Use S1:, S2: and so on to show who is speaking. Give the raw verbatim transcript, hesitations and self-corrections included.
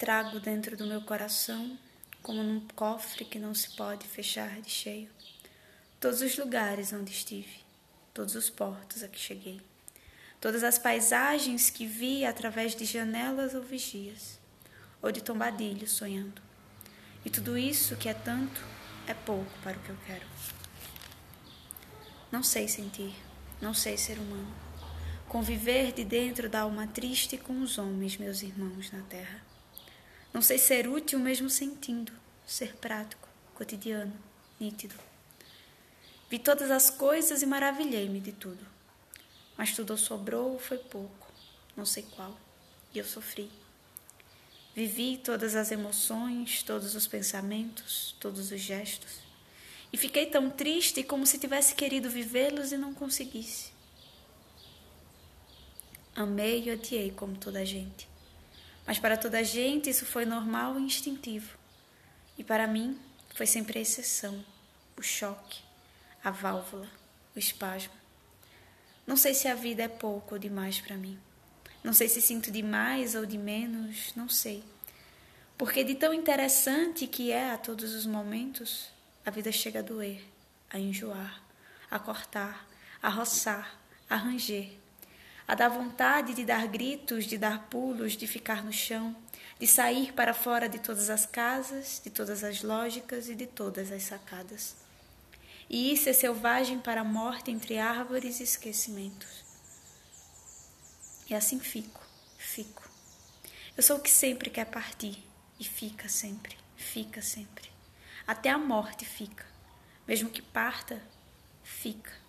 S1: trago dentro do meu coração, como num cofre que não se pode fechar de cheio, todos os lugares onde estive, todos os portos a que cheguei, todas as paisagens que vi através de janelas ou vigias, ou de tombadilhos sonhando. E tudo isso que é tanto, é pouco para o que eu quero. Não sei sentir, não sei ser humano, conviver de dentro da alma triste com os homens, meus irmãos na terra. Não sei ser útil mesmo sentindo, ser prático, cotidiano, nítido. Vi todas as coisas e maravilhei-me de tudo. Mas tudo sobrou ou foi pouco, não sei qual, e eu sofri. Vivi todas as emoções, todos os pensamentos, todos os gestos, e fiquei tão triste como se tivesse querido vivê-los e não conseguisse. Amei e odiei como toda a gente, mas para toda a gente isso foi normal e instintivo, e para mim foi sempre a exceção, o choque, a válvula, o espasmo. Não sei se a vida é pouco ou demais para mim. Não sei se sinto de mais ou de menos, não sei. Porque de tão interessante que é a todos os momentos, a vida chega a doer, a enjoar, a cortar, a roçar, a ranger, a dar vontade de dar gritos, de dar pulos, de ficar no chão, de sair para fora de todas as casas, de todas as lógicas e de todas as sacadas. E ir ser selvagem para a morte entre árvores e esquecimentos. E assim fico, fico. Eu sou o que sempre quer partir, e fica sempre, fica sempre. Até a morte fica. Mesmo que parta, fica.